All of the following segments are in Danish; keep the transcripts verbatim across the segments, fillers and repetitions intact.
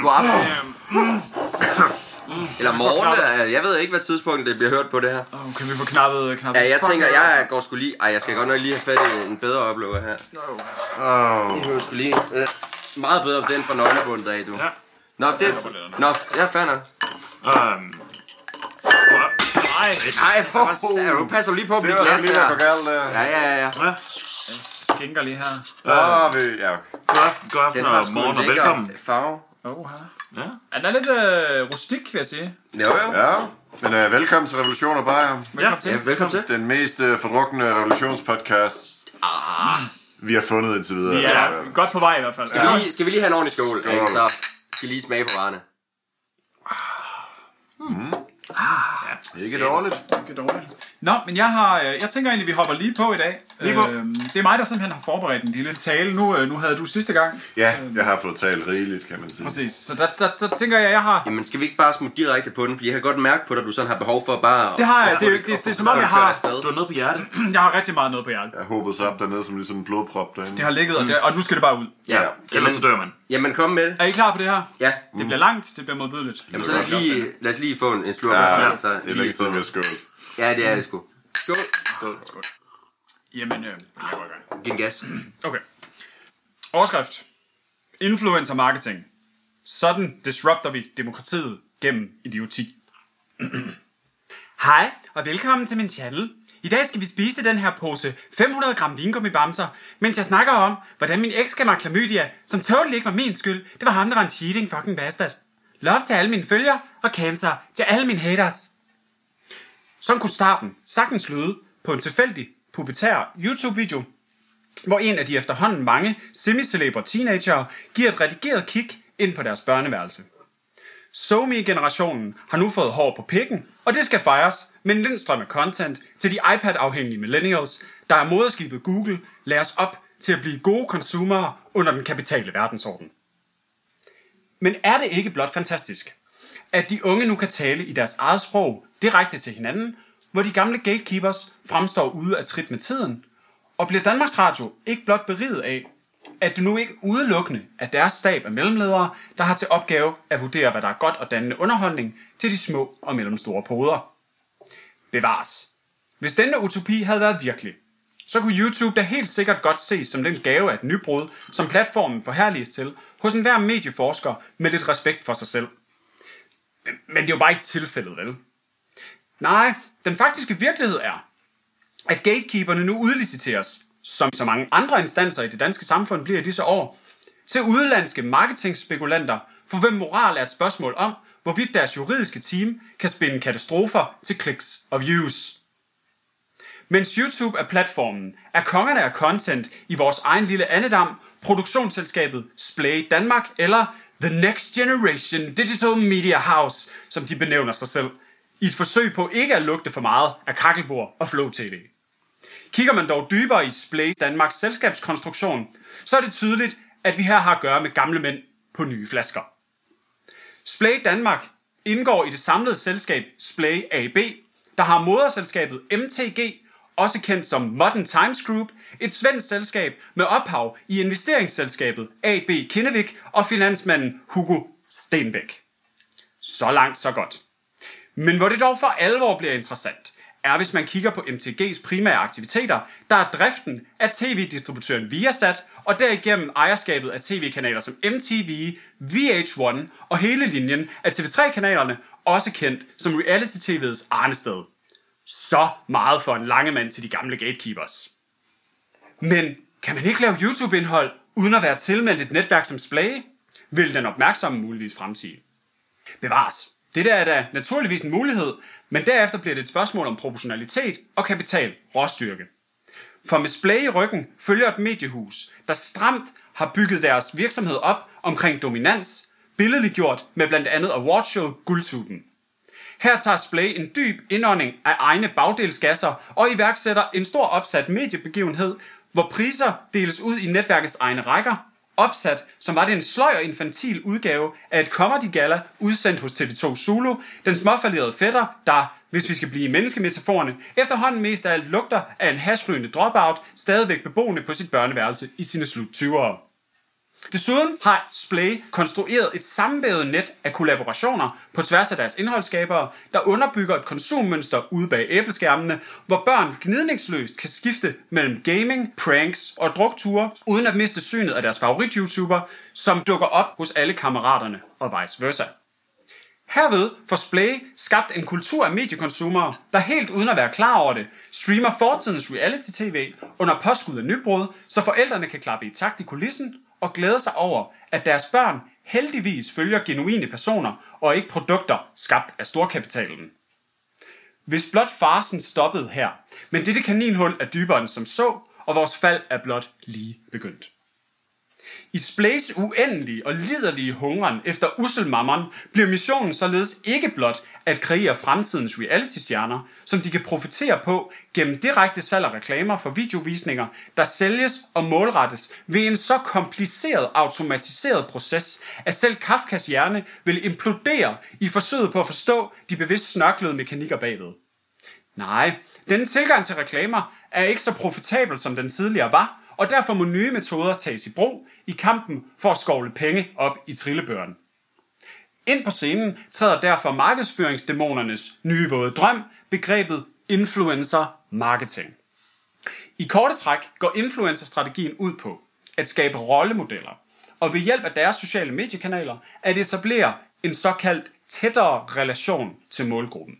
god aften. Eller morgen, jeg ved ikke, hvad tidspunkt det bliver hørt på det her. Oh, kan vi få knappet, knappet? Ja, jeg tænker, jeg går sgu lige... Ej, jeg skal godt nok lige have fat i en bedre oplever her. Oh. Jeg hører sgu lige... Øh, meget bedre på den fra nøglebundet af, du. Ja. Nå, det... Nå, jeg fandt Um, nej, Ej, du passer lige på at Det blive var glas sådan lige, der går der. galt der. Ja, ja, ja. ja. Jeg skænker lige her. Åh, vi... Ja, okay. God aften, god aften Den har og sgu morgen en og lækker velkommen. farve. Oh, her. Ja. Den er lidt øh, rustik, vil jeg sige. Jo, jo. Ja, men uh, velkommen til Revolution og Bajer. Velkommen Ja. til. Ja, velkommen til. Den mest uh, fordrukne revolutionspodcast, ah. vi har fundet indtil videre. Vi i hvert er fald. godt på vej i hvert fald. Skal vi lige, skal vi lige have en ordentlig skål, Skål. ikke? Så skal vi lige smage på varerne. Ikke dårligt. Ikke dårligt. Nå, men jeg har, øh, jeg tænker egentlig, vi hopper lige på i dag. Lige på. Øhm, det er mig, der simpelthen har forberedt en lille tale. Nu, øh, nu havde du sidste gang. Ja, jeg har fået talt rigeligt, kan man sige. Præcis. Så der, der, der tænker jeg, jeg har... Jamen, skal vi ikke bare smutte direkte på den? For jeg kan godt mærke på dig, at du sådan har behov for bare... Det har jeg. at Det, få det, det, at det er få som om, jeg kørt har, afsted. Du har noget på hjertet. jeg har rigtig meget noget på hjertet. Jeg håbede så op dernede som ligesom en blodprop derinde. Det har ligget, og, det, og nu skal det bare ud. Ja, Ja. Ellers så dør man. jamen kom med det. Er I klar på det her? Ja. Det bliver langt, det bliver modbydeligt. Jamen, så lad os lige, lad os lige få en, en slurk. Ja, Ja, det så er lige længe siden, få- vi har skålet. Ja, det er det sgu. Skål. Skål. Skål. Jamen, øh, jeg går i gang. Giv en gas. Okay. Overskrift. Influencer marketing. Sådan disrupter vi demokratiet gennem idioti. Hej, og velkommen til min channel. I dag skal vi spise den her pose fem hundrede gram vingummibamser, mens jeg snakker om, hvordan min eks gav mig klamydia, som totally ikke var min skyld. Det var ham, der var en cheating fucking bastard. Love til alle mine følgere, og cancer til alle mine haters. Sådan kunne starten sagtens lyde på en tilfældig, pubertær YouTube-video, hvor en af de efterhånden mange semi-celebre teenagere giver et redigeret kig ind på deres børneværelse. SoMe-generationen har nu fået hår på pikken, og det skal fejres med en lindstrøm af content til de iPad-afhængige millennials, der er moderskibet Google læres op til at blive gode consumerer under den kapitale verdensorden. Men er det ikke blot fantastisk, at de unge nu kan tale i deres eget sprog direkte til hinanden, hvor de gamle gatekeepers fremstår ude af trit med tiden, og bliver Danmarks Radio ikke blot beriget af, at det nu ikke udelukkende er deres stab af mellemledere, der har til opgave at vurdere, hvad der er godt og dannende underholdning til de små og mellemstore poder. Bevares. Hvis denne utopi havde været virkelig, så kunne YouTube da helt sikkert godt ses som den gave af et nybrud, som platformen forherliges til, hos enhver medieforsker med lidt respekt for sig selv. Men det er jo bare ikke tilfældet, vel? Nej, den faktiske virkelighed er, at gatekeeperne nu udliciteres, som så mange andre instanser i det danske samfund bliver i disse år, til udenlandske marketingspekulanter, for hvem moral er et spørgsmål om, hvorvidt deres juridiske team kan spinde katastrofer til clicks og views. Mens YouTube er platformen, er kongerne af content i vores egen lille andedam, produktionsselskabet Splay Danmark, eller The Next Generation Digital Media House, som de benævner sig selv, i et forsøg på ikke at lugte for meget af kakkelbord og Flow T V. Kigger man dog dybere i Splay Danmarks selskabskonstruktion, så er det tydeligt, at vi her har at gøre med gamle mænd på nye flasker. Splay Danmark indgår i det samlede selskab Splay A B, der har moderselskabet M T G, også kendt som Modern Times Group, et svensk selskab med ophav i investeringsselskabet A B Kinnevik og finansmanden Hugo Stenbæk. Så langt, så godt. Men hvor det dog for alvor bliver interessant, er hvis man kigger på M T G's primære aktiviteter, der er driften af tv-distributøren Viasat, og derigennem ejerskabet af tv-kanaler som M T V, V H et og hele linjen af T V tre-kanalerne, også kendt som reality-tv'ets arnested. Så meget for en lange mand til de gamle gatekeepers. Men kan man ikke lave YouTube-indhold uden at være tilmeldt et netværk som Splay? Vil den opmærksomme muligvis fremsige. Bevares. Det der er da naturligvis en mulighed, men derefter bliver det et spørgsmål om proportionalitet og kapital råstyrke. For med Splay i ryggen følger et mediehus, der stramt har bygget deres virksomhed op omkring dominans, billedligt gjort med blandt andet awardshowet Guldtuben. Her tager Splay en dyb indånding af egne bagdelsgasser og iværksætter en stor opsat mediebegivenhed, hvor priser deles ud i netværkets egne rækker, opsat, som var det en sløj og infantil udgave af et comedy gala udsendt hos T V to Zulu, den småfalderede fætter, der, hvis vi skal blive menneskemetaforerne, efterhånden mest af alt lugter af en hashrygende dropout, stadigvæk beboende på sit børneværelse i sine slut tyvere. Desuden har Splay konstrueret et sammenvævet net af kollaborationer på tværs af deres indholdsskabere, der underbygger et konsummønster ude bag æbleskærmene, hvor børn gnidningsløst kan skifte mellem gaming, pranks og drukture, uden at miste synet af deres favorit-YouTuber, som dukker op hos alle kammeraterne og vice versa. Herved får Splay skabt en kultur af mediekonsumere, der helt uden at være klar over det, streamer fortidens reality-tv under påskud af nybrud, så forældrene kan klappe i takt i kulissen og glæde sig over, at deres børn heldigvis følger genuine personer og ikke produkter skabt af storkapitalen. Hvis blot farsen stoppede her, men dette kaninhul er dybere end som så, og vores fald er blot lige begyndt. I Splays uendelige og liderlige hungren efter usselmammeren bliver missionen således ikke blot at kreere fremtidens reality-stjerner, som de kan profitere på gennem direkte salg af reklamer for videovisninger, der sælges og målrettes ved en så kompliceret automatiseret proces, at selv Kafkas hjerne vil implodere i forsøget på at forstå de bevidst snørklede mekanikker bagved. Nej, denne tilgang til reklamer er ikke så profitabel som den tidligere var, og derfor må nye metoder tages i brug i kampen for at skovle penge op i trillebøren. Ind på scenen træder derfor markedsføringsdæmonernes nye våde drøm, begrebet influencer marketing. I korte træk går influencer-strategien ud på at skabe rollemodeller, og ved hjælp af deres sociale mediekanaler at etablere en såkaldt tættere relation til målgruppen.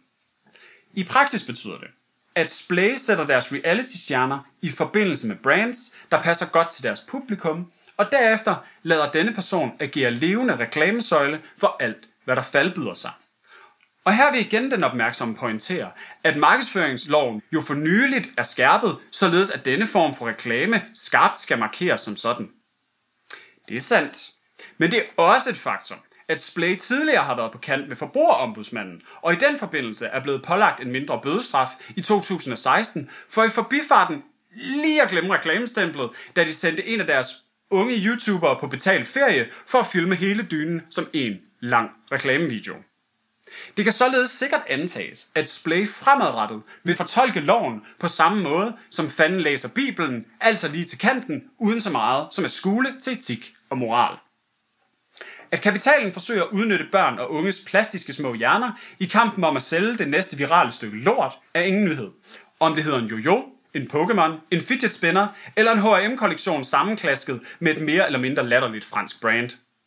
I praksis betyder det, at Splay sætter deres reality-stjerner i forbindelse med brands, der passer godt til deres publikum, og derefter lader denne person agere levende reklamesøjle for alt, hvad der faldbyder sig. Og her vil igen den opmærksomme pointere, at markedsføringsloven jo for nyligt er skærpet, således at denne form for reklame skarpt skal markeres som sådan. Det er sandt, men det er også et faktum, at Splay tidligere har været på kant med forbrugerombudsmanden, og i den forbindelse er blevet pålagt en mindre bødestraf i to tusind og seksten, for i forbifarten lige at glemme reklamestemplet, da de sendte en af deres unge YouTubere på betalt ferie for at filme hele dynen som en lang reklamevideo. Det kan således sikkert antages, at Splay fremadrettet vil fortolke loven på samme måde, som fanden læser Bibelen, altså lige til kanten, uden så meget som at skule til etik og moral. At kapitalen forsøger at udnytte børn og unges plastiske små hjerner i kampen om at sælge det næste virale stykke lort, er ingen nyhed. Om det hedder en jojo, en Pokémon, en fidget spinner eller en H og M-kollektion sammenklasket med et mere eller mindre latterligt fransk brand.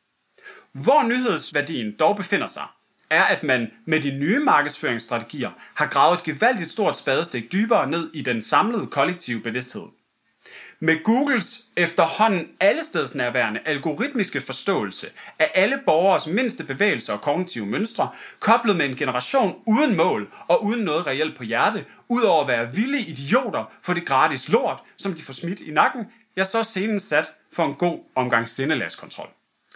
Hvor nyhedsværdien dog befinder sig, er at man med de nye markedsføringsstrategier har gravet et gevaldigt stort spadestik dybere ned i den samlede kollektive bevidsthed. Med Googles efterhånden allestedsnærværende algoritmiske forståelse af alle borgers mindste bevægelser og kognitive mønstre, koblet med en generation uden mål og uden noget reelt på hjerte, udover at være villige idioter for det gratis lort, som de får smidt i nakken, ja, så er scenen sat for en god omgang sindelagskontrol.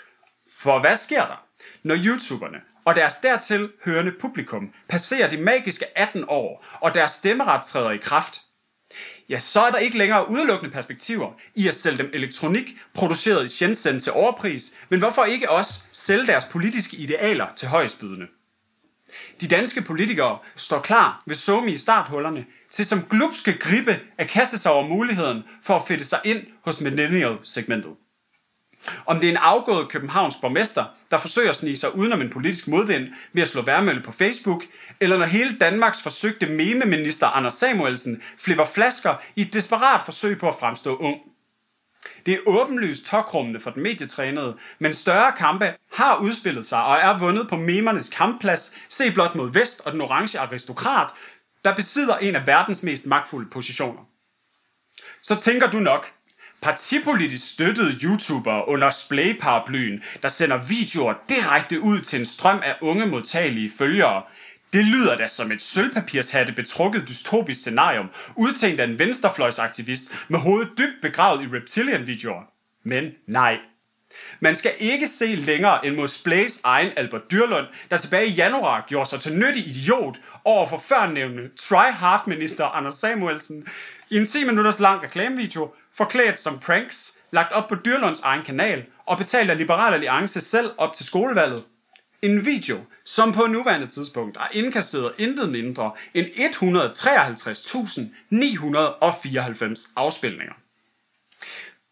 For hvad sker der, når YouTuberne og deres dertil hørende publikum passerer de magiske atten år, og deres stemmeret træder i kraft? Ja, så er der ikke længere udelukkende perspektiver i at sælge dem elektronik, produceret i Shenzhen til overpris, men hvorfor ikke også sælge deres politiske idealer til højestbydende? De danske politikere står klar ved somi i starthullerne til som glupske gribe at kaste sig over muligheden for at fedte sig ind hos millennial-segmentet. Om det er en afgået københavnsk borgmester, der forsøger at snige sig udenom en politisk modvind ved at slå værmølle på Facebook, eller når hele Danmarks forsøgte meme-minister Anders Samuelsen flipper flasker i et desperat forsøg på at fremstå ung. Det er åbenlyst tokrummende for den medietrænede, men større kampe har udspillet sig og er vundet på memernes kampplads, se blot mod vest og den orange aristokrat, der besidder en af verdens mest magtfulde positioner. Så tænker du nok, partipolitisk støttede YouTubere under Splay-paraplyen, der sender videoer direkte ud til en strøm af unge modtagelige følgere. Det lyder da som et sølvpapirshatte betrukket dystopisk scenarium, udtænkt af en venstrefløjsaktivist med hovedet dybt begravet i reptilian-videoer. Men nej. Man skal ikke se længere end mod Splays egen Albert Dyrlund, der tilbage i januar gjorde sig til nyttig idiot over for førnævnte try-hard-minister Anders Samuelsen i en ti minutters lang reklamevideo, forklædt som pranks, lagt op på Dyrlunds egen kanal og betalt af Liberal Alliance selv op til skolevalget. En video, som på nuværende tidspunkt har indkasseret intet mindre end et hundrede og treoghalvtreds tusind ni hundrede og fireoghalvfems afspilninger.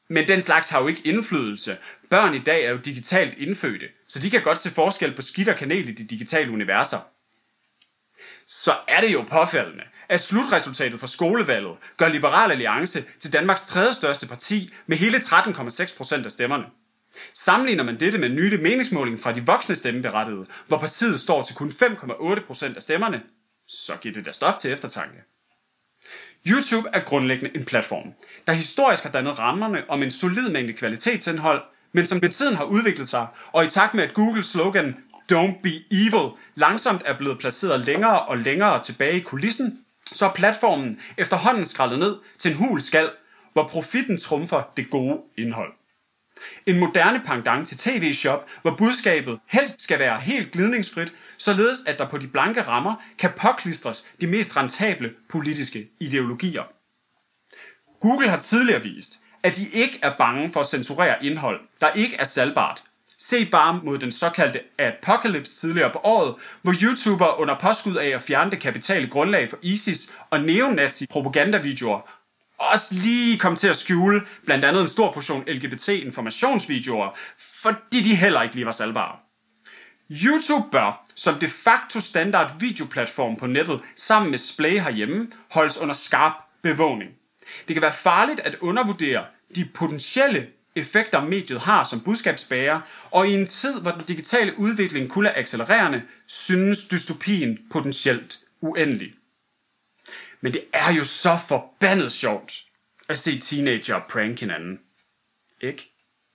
Men den slags har jo ikke indflydelse. Børn i dag er jo digitalt indfødte, så de kan godt se forskel på skidt og kanel i de digitale universer. Så er det jo påfaldende, at slutresultatet for skolevalget gør Liberal Alliance til Danmarks tredje største parti med hele tretten komma seks procent af stemmerne. Sammenligner man dette med en nylig meningsmåling fra de voksne stemmeberettigede, hvor partiet står til kun fem komma otte procent af stemmerne, så giver det da stof til eftertanke. YouTube er grundlæggende en platform, der historisk har dannet rammerne om en solid mængde kvalitetsindhold, men som med tiden har udviklet sig, og i takt med at Googles slogan Don't be evil langsomt er blevet placeret længere og længere tilbage i kulissen, så er platformen efterhånden skrællet ned til en hul skal, hvor profitten trumfer det gode indhold. En moderne pendant til tv-shop, hvor budskabet helst skal være helt glidningsfrit, således at der på de blanke rammer kan påklistres de mest rentable politiske ideologier. Google har tidligere vist, at de ikke er bange for at censurere indhold, der ikke er salgbart. Se bare mod den såkaldte Apocalypse tidligere på året, hvor YouTubere under påskud af at fjerne det kapitale grundlag for ISIS og neonazi-propagandavideoer også lige kom til at skjule blandt andet en stor portion L G B T-informationsvideoer, fordi de heller ikke lige var salgbare. YouTube bør, som de facto standard videoplatform på nettet, sammen med Splay herhjemme, holdes under skarp bevågning. Det kan være farligt at undervurdere de potentielle effekter mediet har som budskabsbærer, og i en tid, hvor den digitale udvikling kun er accelererende, synes dystopien potentielt uendelig. Men det er jo så forbandet sjovt at se teenager prank hinanden. Ikke?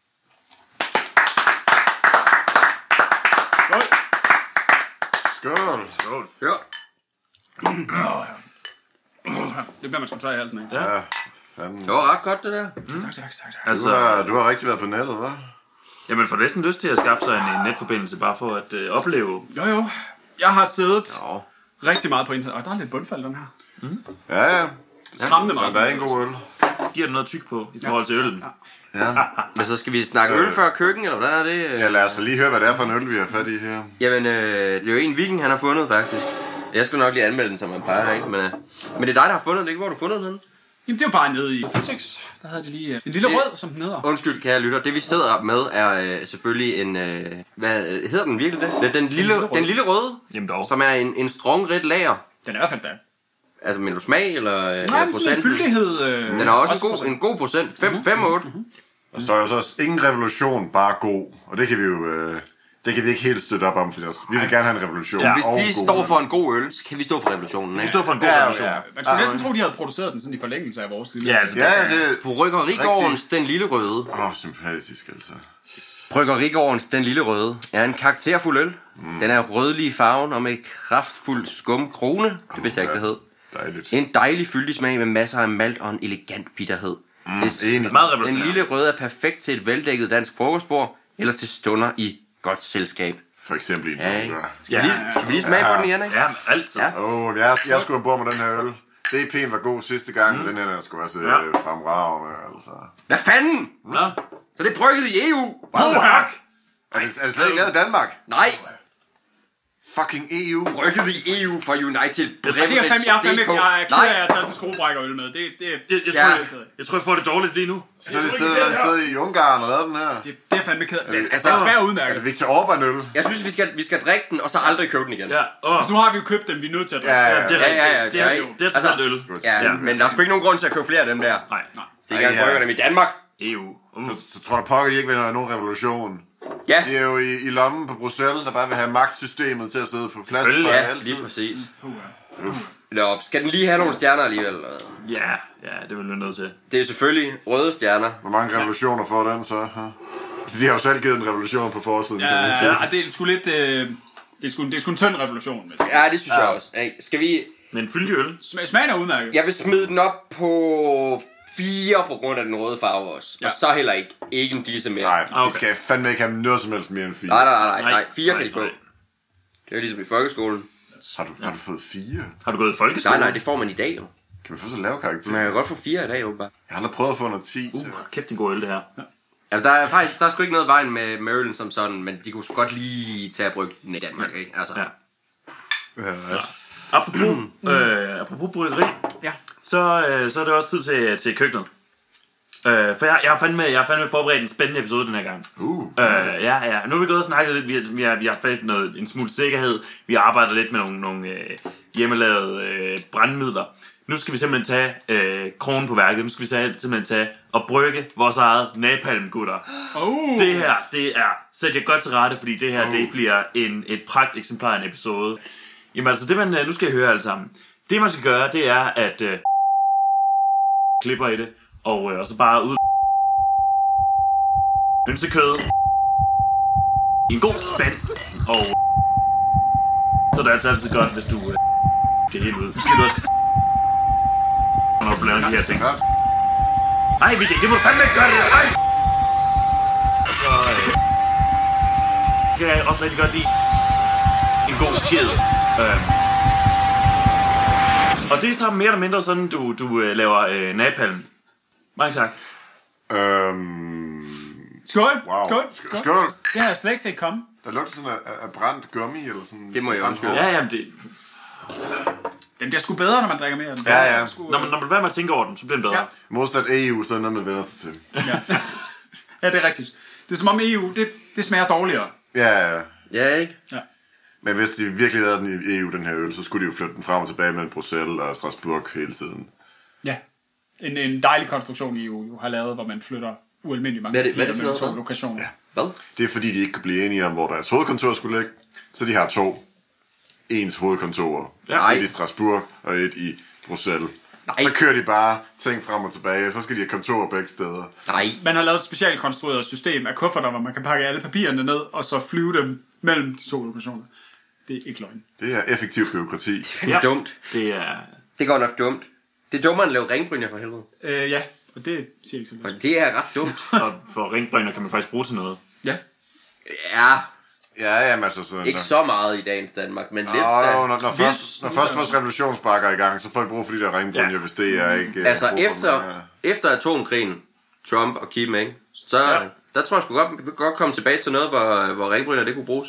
Skål. Skål. Skål. Ja. Det bliver man sgu tør i halsen, ikke? Ja, fanden. Det var ret godt, det der. Mm. Tak, tak, tak. tak. Du har, du har rigtig været på nettet, hva'? Jamen, får næsten lyst til at skaffe sig en, en netforbindelse, bare for at øh, opleve... Jo, jo. Jeg har siddet Jo. rigtig meget på internet. Og der er lidt bundfald, den her. Mm. Ja, ja. Skræmmende Så meget. der er en god øl. Giver det noget tyk på i forhold til øllen? Ja. Ja. Men så skal vi snakke øl før køkken, eller hvordan er det? Ja, lad os da lige høre, hvad det er for en øl, vi har fat i her. Jamen, øh, det er jo en viking, han har fundet, faktisk. Jeg skal nok lige anmelde den, som man plejer, ikke? Men, øh, men det er dig, der har fundet den, ikke? Hvor har du fundet den? Jamen, det er jo bare nede i Føtex. Der havde de lige øh, en lille Det- rød, som den hedder. Undskyld, kære lytter. Det, vi sidder med, er øh, selvfølgelig en... Øh, hvad hedder den virkelig det? Den, den, lille, lille røde. den lille røde, Jamen dog. som er en, en strong red lager. Den er i hvert fald da. Altså, mener du smag, eller, Nej, eller men sådan en procenten? fyldighed. Øh, Den er også, en, god, en god procent. fem otte. Der står jo så også, ingen revolution, bare god. Og det kan vi jo... Øh, det kan vi ikke helt støtte op om, for vi vil gerne have en revolution. Ja, Hvis og de god står øl. for en god øl, så kan vi stå for revolutionen, Vi ikke? står for en god Ja, revolution. ja. Man skulle næsten tro, de havde produceret den sådan i forlængelse af vores lille... Ja, altså, Ja, det På Bryggerigårdens Den Lille Røde. Åh, oh, sympatisk altså. Bryggerigårdens Den Lille Røde er en karakterfuld øl. Mm. Den er rødlig i farven og med kraftfuld skum krone. Det vidste jeg ikke, det hed. Dejligt. En dejlig fyldig smag med masser af malt og en elegant bitterhed. Mm, enig. Meget Den revolutionær. Lille Røde er perfekt til et veldækket dansk frokostbord eller til stunder i godt selskab. For eksempel i en Ja, ikke? bunker. Skal, vi lige, skal vi lige smage på den igen, ikke? Ja, men altid. Ja. Åh, oh, jeg, jeg skulle have bord med den her øl. D P'en var god sidste gang, mm. den her den skulle også Ja. ja. fremragende, altså. Hvad fanden? Nå. Så det er brygget i E U? Bohak! Er det, er det slet ikke lavet i Danmark? Nej, Fucking E U. brygget i E U for United Det er fandme, jeg er fandme, jeg er ked Beverage af, punktum d k. at jeg har taget sådan en skruebrækkerøl med. Det, det, Jeg, jeg, Ja. tror, jeg, jeg tror, jeg får det dårligt lige nu. Så er det sidder der et sted i Ungarn og lavet den her. det, det er fandme ked af. Det, Altså, det er svært Er udmærket. det Victor Orbán-øl? Jeg synes, vi skal, vi skal drikke den, og så aldrig købe den igen. Ja, åh. Altså, nu har vi jo købt dem, vi er nødt til at drikke. Ja, Ja, ja, det er Ja, rigtigt. ja, ja, Det det er er rigtigt. ikke- Det er altså- sådan øl. Ja, Ja. men der er sgu ikke nogen grund til at købe flere af dem der. Nej, nej. Så I kan ja. brygge dem i Danmark. E U. Uh. Så tror du pokker, de ikke vil have nogen revolution? Ja, De er jo i, i lommen på Bruxelles, der bare vil have magtsystemet til at sidde på plads for Selvfølgelig. ja, altid. lige præcis. Nå, skal den lige have nogle stjerner alligevel? eller hvad? Ja, ja, det vil vi nødt til. Det er selvfølgelig røde stjerner. Hvor mange revolutioner får den så? Huh? De har jo selv givet en revolution på forsiden, Ja, kan man sige. ja, det er sgu lidt... Øh, det, er sgu, det er sgu en tynd revolution. Men Ja, det synes jeg også. Hey, skal vi... Men fyldig øl. smag- smagen er udmærket. Jeg vil smide den op på fire på grund af den røde farve også. Ja. Og så heller ikke. Ikke en disse mere. Nej, Okay. de skal fandme ikke have noget som helst mere end fire. Nej, nej, nej, nej, nej. Fire Nej, kan de få. nej. Det er jo ligesom i folkeskolen. Har du, har du fået fire? Har du gået i folkeskole? Nej, nej, det får man i dag jo. Kan man få så lave karakter? Man kan godt få fire i dag jo bare. Jeg har aldrig prøvet at få noget ti. Så. Uh, kæft en god øl, det her. Ja, der er faktisk der er sgu ikke noget i vejen med Maryland som sådan, men de kunne sgu godt lige tage at brygge den i Danmark, ikke? Altså. Ja. Apropos, øh, apropos bryggeri, Ja. så, øh, så er det også tid til, til køkkenet. Øh, for jeg, jeg, har fandme, jeg har fandme forberedt en spændende episode den her gang. Uh. Øh, ja, ja. Nu har vi gået og snakket lidt. Vi har, vi har, vi har fået noget, en smule sikkerhed. Vi har arbejdet lidt med nogle, nogle øh, hjemmelavede øh, brandmidler. Nu skal vi simpelthen tage øh, kronen på værket. Nu skal vi simpelthen tage og brygge vores eget napalm, gutter. Uh. Det her, det er... Sæt jer godt til rette, fordi det her, uh. det bliver en, et pragt eksemplar af en episode. Jamen altså, det man... Nu skal I høre alle sammen. Det man skal gøre, det er at... Øh, klipper i det. Og, øh, og så bare ud... hønsekød. I en god spand. Og... Så det er altså altid godt, hvis du... Øh, det helt ud. Måske du også... når du laver de her ting. Ej, vi det må du fandme ikke gøre det. Ej! Og så... Øh, kan jeg også rigtig godt lide... en god ged. Øh. Og det er så mere eller mindre sådan, du, du øh, laver øh, napalm. Mange tak. Øhm... Skål. Wow. Skål. Skål. Skål. Det har jeg slet ikke set komme. Der lugter sådan af, af brændt gummi eller sådan. Det må jeg undskylde. Ja, jamen det... Den bliver sgu bedre, når man drikker mere. Den Ja, ja. sgu, Når man, når man være med at tænke over den, så bliver den bedre. Ja. Modsat E U, så er det noget, man vender sig til. Ja. Ja, det er rigtigt. Det er som om E U, det, det smager dårligere. Ja, ja. Ja, ikke? Ja. Men hvis de virkelig lavede den i E U, den her øl, så skulle de jo flytte den frem og tilbage mellem Bruxelles og Strasbourg hele tiden. Ja. En, en dejlig konstruktion, E U jo har lavet, hvor man flytter ualmindeligt mange Hvad er det- hvad er det for mellem noget, to hvad? lokationer. Ja. Hvad? Det er fordi, de ikke kunne blive enige om, hvor deres hovedkontor skulle ligge. Så de har to ens hovedkontorer. Ja. Et i Strasbourg og et i Bruxelles. Nej. Så kører de bare ting frem og tilbage, og så skal de have kontorer begge steder. Nej. Man har lavet et specielt konstrueret system af kufferter, hvor man kan pakke alle papirerne ned, og så flyve dem mellem de to lokationer. Det er ikke løgn. Det er effektiv byråkrati. Det er dumt. Det er... Det går nok dumt. Det er dummere end at lave ringbrynjer for helvede. Øh, ja, og det siger ikke så Og lidt. det er ret dumt. Og for ringbrønner kan man faktisk bruge til noget. Ja. Ja, Ja, jamen altså sådan... ikke så meget i dagens Danmark, men lidt. Åh, da. når, når, Hvis- først, når først vores revolutionsbakker er i gang, så får vi brug for de der ringbrynjer, Ja. hvis det er ikke... øh, Altså brug for efter, dem, efter atomkrigen, Trump og Kim, ikke? Så Ja. der tror jeg sgu godt, vi kan godt komme tilbage til noget, hvor, hvor ringbrynjer det kunne bruges.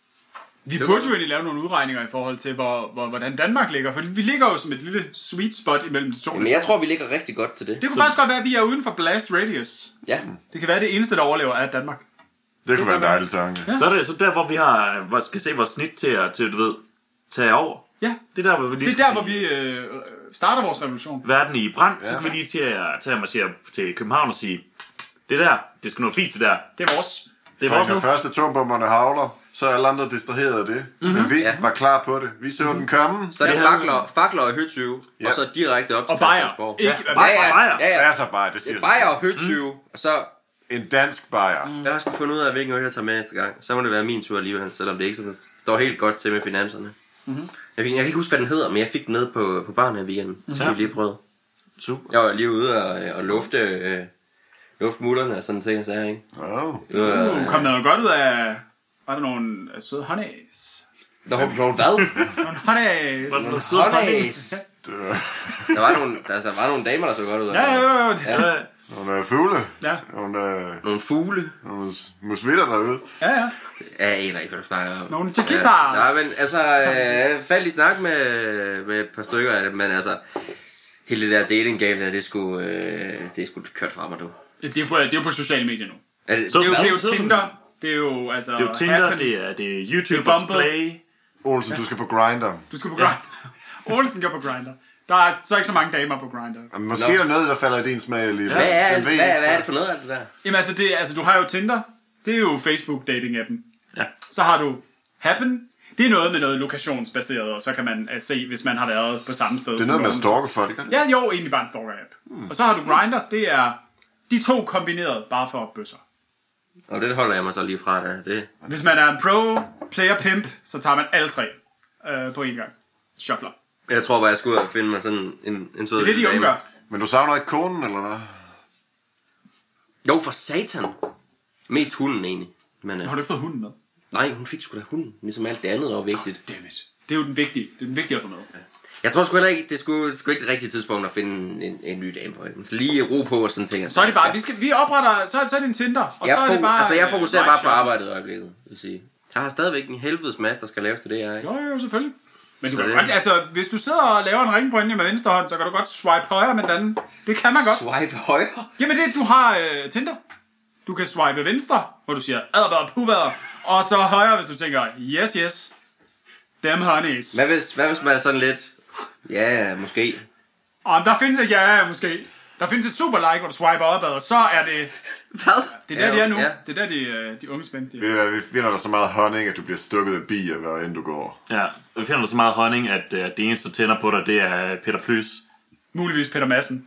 Vi burde jo egentlig lave nogle udregninger i forhold til, hvor, hvor, hvordan Danmark ligger. For vi ligger jo som et lille sweet spot imellem de to. Men jeg tror, vi ligger rigtig godt til det. Det kunne faktisk godt være, at vi er uden for blast radius. Ja. Det kan være, at det eneste, der overlever, er Danmark. Det kunne være en dejlig tanke. Ja. Så er det så der, hvor vi har, hvor skal se vores snit til at, til, du ved, tage over. Ja, Det er der, hvor vi lige det er skal der, hvor vi øh, starter vores revolution. verden i brand, ja. Så Ja. kan vi lige til at tage og marchere til København og sige, det der, det skal noget fisk, det der. Det er vores. Det er For vores når nu. først atombomberne havler, så er alle andre distraheret af det. Mm-hmm. Men vi Ja. var klar på det. Vi så den komme. Så er det Det havde- fakler, fakler og høtyve, Ja. og så direkte op til Og bajer. Christiansborg. Ikke Ja. Ja, ja, Bajer. ja, ja. Hvad er så bare, det siger sig. Bajer og høtyve, og så... En dansk bajer. Jeg har sgu fundet ud af, hvilken øl jeg tager med næste gang. Så må det være min tur alligevel, selvom det ikke sådan, står helt godt til med finanserne. Mm-hmm. Jeg, fik, jeg kan ikke huske, hvad den hedder, men jeg fik den ned på, på baren her i weekenden. Mm-hmm. Så Ja. vi lige prøvet. Super. Jeg var lige ude og, og lufte, øh, lufte mutterne og sådan ting, så jeg, ikke? Oh. Det var, Uh, kom der noget godt ud af... Var der nogle øh, søde honeys? der var nogle hvad? Nogle honeys? Hvor- hvor sød Honeys. Det var Der var nogle, der, altså, var nogle damer, der så godt ud af Ja, det. ja, ja. Ja. nogle øh, fugle. Ja, Nogle, øh, Nogle fugle. nogle musvitter derude. ja, ja. Jeg aner ikke, hvad du snakker om. Nogle chiquitas. Ja, men altså, øh, faldt i snak med, med et par stykker af det, men altså, hele det der dating game der, det skulle, øh, det skulle kørt fra mig, du. Det er, på, det er jo på sociale medier nu. Er det, Så- Det er jo, det er jo Så- Tinder. Det er jo altså... Det er jo Tinder, Happen. det er, det er YouTube, Det er Bumble. Display. Olsen, du skal på Grindr. Du skal på Grindr. Olsen går på Grindr. Der er så ikke så mange damer på Grindr. Måske Nå. er der noget, der falder i din smag lige. hvad, er, Den hvad, ved hvad, ikke, hvad er det for noget af det der? Jamen altså, det, altså, du har jo Tinder. Det er jo Facebook dating appen. Ja. Så har du Happen. Det er noget med noget lokationsbaseret, og så kan man uh, se, hvis man har været på samme sted. Det er som noget med at nogen. stalke folk, ikke? Ja, jo, egentlig bare en stalker-app. Hmm. Og så har du Grindr. Det er de to kombineret bare for bøsser. Og det holder jeg mig så lige fra der. Det. Hvis man er en pro, player, pimp, så tager man alle tre øh, på en gang. Shuffler. Jeg tror bare, jeg skulle ud og finde mig sådan en, en sød Det er det, de unge gør. Men du savner ikke konen, eller hvad? Jo, for satan. Mest hunden egentlig. Men, øh, Har du ikke fået hunden med? nej, hun fik sgu da hunden. Ligesom alt det andet, der var vigtigt. Dammit. Det er jo den vigtige. Det er den vigtige at få med. Jeg tror sgu heller ikke, det skulle, skulle ikke det rigtige tidspunkt at finde en, en ny dame på. Så lige ro på og sådan ting. Så er det bare, vi, skal, vi opretter, så er, så er det en Tinder, og Jeg, så er det fo- bare... altså, jeg øh, fokuserer live bare på shopping. arbejdet i øjeblikket, vil sige. Jeg har stadigvæk en helvedes masse, der skal laves til det, jeg ikke? Jo, jo, selvfølgelig. Men du Så kan det- godt, altså, hvis du sidder og laver en ringbrynje med venstre hånd, så kan du godt swipe højre med den anden. Det kan man godt. Swipe højre. Jamen det, du har øh, Tinder. Du kan swipe venstre, hvor du siger, adder, pubader, og så højre, hvis du tænker, yes, yes, dem honeys. Hvad hvis, hvad hvis man er sådan lidt... Ja, måske. Og der findes et ja, måske. Der findes et super like, hvor du swiper opad, og så er det... Hvad? Det er der, de er nu. Ja. Det er der, de, øh, de unge spændte. Vi, vi finder der så meget honning, at du bliver stukket af bier, hver end du går. Ja, vi finder der så meget honning, at uh, det eneste, der tænder på dig, det er Peter Plys. Muligvis Peter Madsen.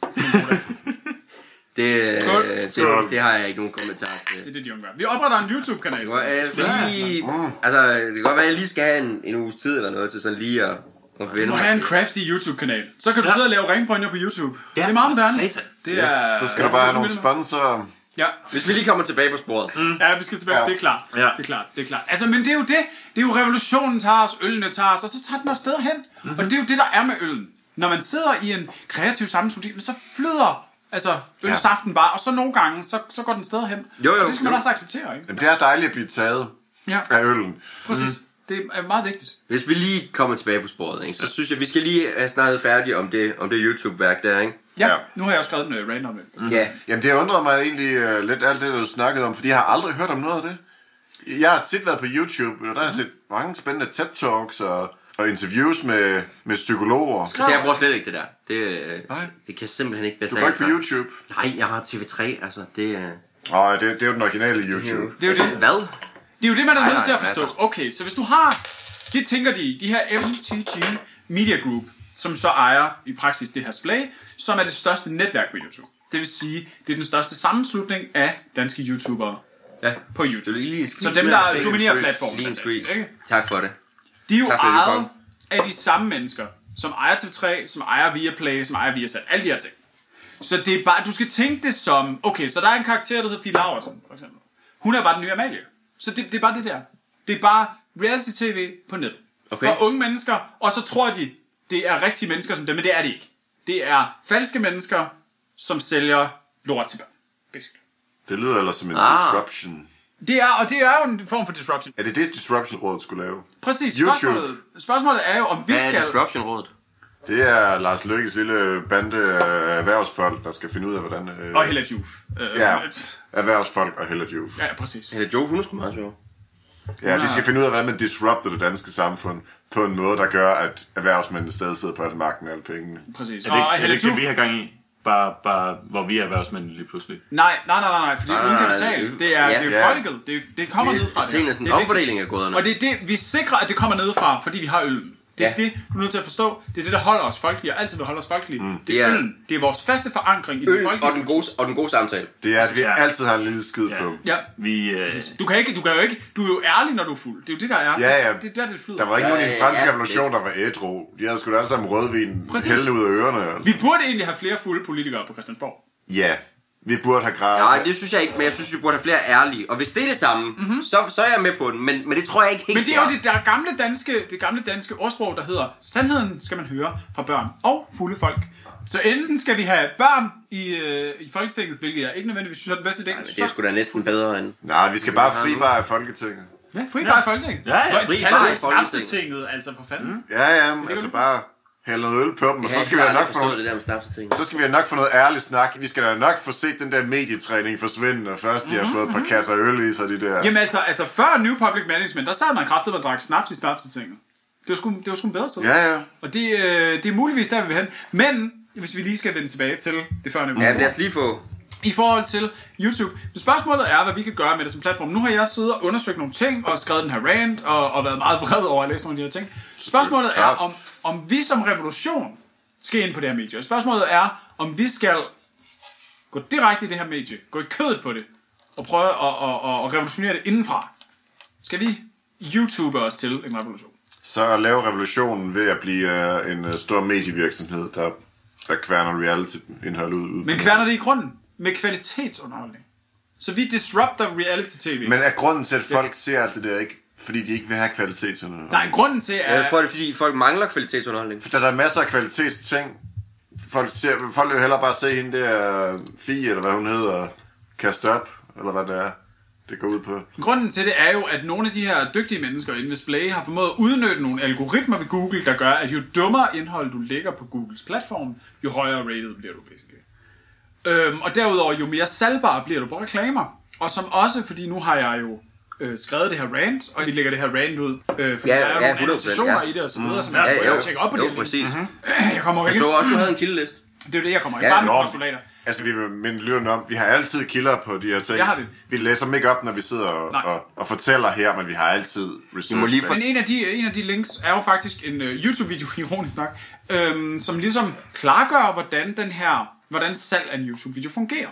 Det, Skål. det, Skål. det, det har jeg ikke nogen kommentar til. Det er det, de unge gør. Vi opretter en YouTube-kanal. Det kan godt, jeg skal lige, altså, det kan godt være, at jeg lige skal have en, en uges tid eller noget til sådan lige at, at Du vende må mig have en til. crafty YouTube-kanal. Så kan du Ja. sidde og lave ringbrynjer på YouTube. Ja, det er meget moderne. Satan. Det er... Så skal du bare have nogle sponsorer. Ja. Hvis vi lige kommer tilbage på sporet. Mm. Ja, vi skal tilbage. Ja. Det er klart. Ja. Det er klart. Det er klart. Altså, men det er jo det. Det er jo revolutionen tager os, ølene tager os, og så tager den os steder hen. Mm-hmm. Og det er jo det, der er med øllen. Når man sidder i en kreativ sammenslutning, så flyder altså ølsaften bare, og så nogle gange, så, så går den steder hen. Jo, jo, og det skal man jo. også acceptere, ikke? Jamen, det er dejligt at blive taget Ja, af øllen. præcis. Mm. Det er meget vigtigt. Hvis vi lige kommer tilbage på sporet, ikke, så synes jeg, vi skal lige have snakket færdigt om det, om det YouTube-værk der, ikke? Ja, Ja. nu har jeg jo skrevet en uh, rant om det. Mm. Ja. Jamen, det undrer mig egentlig uh, lidt alt det, du snakkede om, fordi jeg har aldrig hørt om noget af det. Jeg har tit været på YouTube, og der har jeg set mange spændende TED-talks og, og interviews med, med psykologer. Altså, jeg bruger slet ikke det der. Det, øh, Nej. det kan simpelthen ikke Du betale går ikke på sig. YouTube? Nej, jeg har T V tre, altså, det er... Nej, det, det er jo den originale YouTube. Det er jo det. Hvad? Det er jo det, man er Nej, nødt til at nej, forstå. altså. Okay, så hvis du har... Det tænker de, de her M T G Media Group, som så ejer i praksis det her Splay, som er det største netværk på YouTube. Det vil sige, det er den største sammenslutning af danske YouTubere Ja. på Du YouTube. vil lige Så dem, der dominerer platformen. Lige en altså, squeeze. ikke? Tak for det. De er jo Tak fordi du ejet kom. af de samme mennesker, som ejer T V tre, som ejer Viaplay, som ejer Viasat. Alle de her ting. Så det er bare, du skal tænke det som... Okay, så der er en karakter, der hedder Fie Laursen, for eksempel. Hun er bare den nye Amalie. Så det, det er bare det der. Det er bare reality-tv på nettet. Okay. For unge mennesker, og så tror de, det er rigtige mennesker som dem, men det er det ikke. Det er falske mennesker, som sælger lort til børn. Basically. Det lyder ellers som en Ah. disruption. Det er, og det er jo en form for disruption. Er det det, Disruption-rådet skulle lave? Præcis. YouTube. Spørgsmålet, spørgsmålet er jo, om vi Hvad skal... er Disruption-rådet? Det er Lars Løkkes lille bande af erhvervsfolk, der skal finde ud af, hvordan... Øh, Og Hella Juf. Øh, Ja, erhvervsfolk og Hella Juf. ja, præcis. Eller Joe, hun er sgu meget sjov. Ja, de skal finde ud af, hvordan man disrupter det danske samfund på en måde, der gør, at erhvervsmændene stadig sidder på al magten og alle pengene. Præcis. Er det, Og er det Hella ikke det, Juf... vi har gang i? Bare, bare hvor vi er erhvervsmænd lige pludselig. Nej, nej, nej, nej, nej, fordi Nej, uden nej, nej, kapital. det- Det er, ja. det er Ja. folket. Det, er, det kommer ned fra det. Det er her. sådan en Det er vigtigt. omfordeling af goderne. Og det er det, vi sikrer, at det kommer ned fra, fordi vi har øllen. Det er Ja. det, du er nødt til at forstå. Det er det, der holder os folkelige, og altid vil holde os folkelige. Mm. Det Det er er- øllen. Det er vores faste forankring i den Øl folkelige. og den gode, og den gode samtale. Det er, at vi Ja. altid har en lille skid Ja. på. Ja. Vi, øh, Du kan, ikke, du kan jo ikke, du er jo ærlig, når du er fuld. Det er jo det, der er. Ja, ja. Det er der, det flyder. Der var ikke Ja, nogen i den ja, franske ja. revolution, der var ædru. De havde sgu da alle sammen rødvin Præcis. hælde ud af ørerne. Altså. Vi burde egentlig have flere fulde politikere på Christiansborg. Ja, vi burde have gravet. Nej, det synes jeg ikke, men jeg synes, vi burde have flere ærlige. Og hvis det er det samme, mm-hmm. så, så er jeg med på den. Men, men det tror jeg ikke helt Men det er jo det der gamle danske, det gamle danske ordsprog, der hedder, sandheden skal man høre fra børn og fulde folk. Så enten skal vi have børn i, øh, i Folketinget, hvilket jeg ikke nødvendigvis synes er den bedste idé. Nej, men det er sgu da næsten bedre end... Nej, vi skal bare fri bare af Folketinget. Ja, fri bare i Folketinget. Ja, ja, Hvor- fri de kalder bar i det Folketinget. snapsetinget, altså for fanden. Mm. Ja, ja, men altså bare hælde noget øl på dem, og så skal vi jeg da har nok aldrig få forstået noget, det der med snapseting. så skal vi da nok få noget ærligt snak. Vi skal da nok få set den der medietræning forsvinde, når først de har fået et par kasser øl i sig, de der. Jamen altså, altså før New Public Management, der sad man kraftigt og drak snaps i snapsetinget. Det var sgu, det var sgu en bedre tid. Ja, ja. Og det, øh, det er muligvis der, vi vil hen. Men, hvis vi lige skal vende tilbage til det før Ja, lad os lige få... i forhold til YouTube. Men spørgsmålet er, hvad vi kan gøre med det som platform. Nu har jeg siddet og undersøgt nogle ting, og skrevet den her rant, og, og været meget vred over at læse nogle af de her ting. Spørgsmålet er, om, om vi som revolution skal ind på det her medie. Spørgsmålet er, om vi skal gå direkte i det her medie, gå i kødet på det, og prøve at, at, at, at revolutionere det indenfra. Skal vi YouTube os til en revolution? Så at lave revolutionen ved at blive uh, en uh, stor medievirksomhed, der, der kværner reality-indhold ud. ud. Men kværner det i grunden med kvalitetsunderholdning. Så vi disrupter reality-tv. Men er grunden til, at folk ser alt det der ikke, fordi de ikke vil have kvalitetsindhold? Nej, grunden til er... Jeg tror, det er fordi, folk mangler kvalitetsunderholdning. For der er masser af kvalitetsting. Folk, ser, folk vil hellere bare se hende der Fie, eller hvad hun hedder, kaste op, eller hvad det er. det går ud på. Grunden til det er jo, at nogle af de her dygtige mennesker inde ved Splay har formået at udnytte nogle algoritmer ved Google, der gør, at jo dummere indhold du lægger på Googles platform, jo højere rated bliver du basically. Øhm, og derudover, jo mere salgbar bliver du på reklamer. Og som også, fordi nu har jeg jo øh, skrevet det her rant, og vi lægger det her rant ud, øh, fordi Ja, der er jo ja, nogle annotationer ja. i det og så videre, Mm. så man Ja, kan jo, jo tjekke op på jo, det her. præcis. Mm-hmm. Jeg kommer Jeg ikke så også, du havde en kildeliste. Det er jo det, jeg kommer ikke Ja, bare med nå. postulater. Altså, vi vil minde lytterne om, vi har altid kilder på de her ting. Det har vi. Vi læser dem ikke op, når vi sidder og, og, og fortæller her, men vi har altid research. må lige bag. Men en af de, en af de links er jo faktisk en uh, YouTube-video, ironisk nok, øhm, som ligesom klargør, hvordan den her, hvordan salg af en YouTube-video fungerer.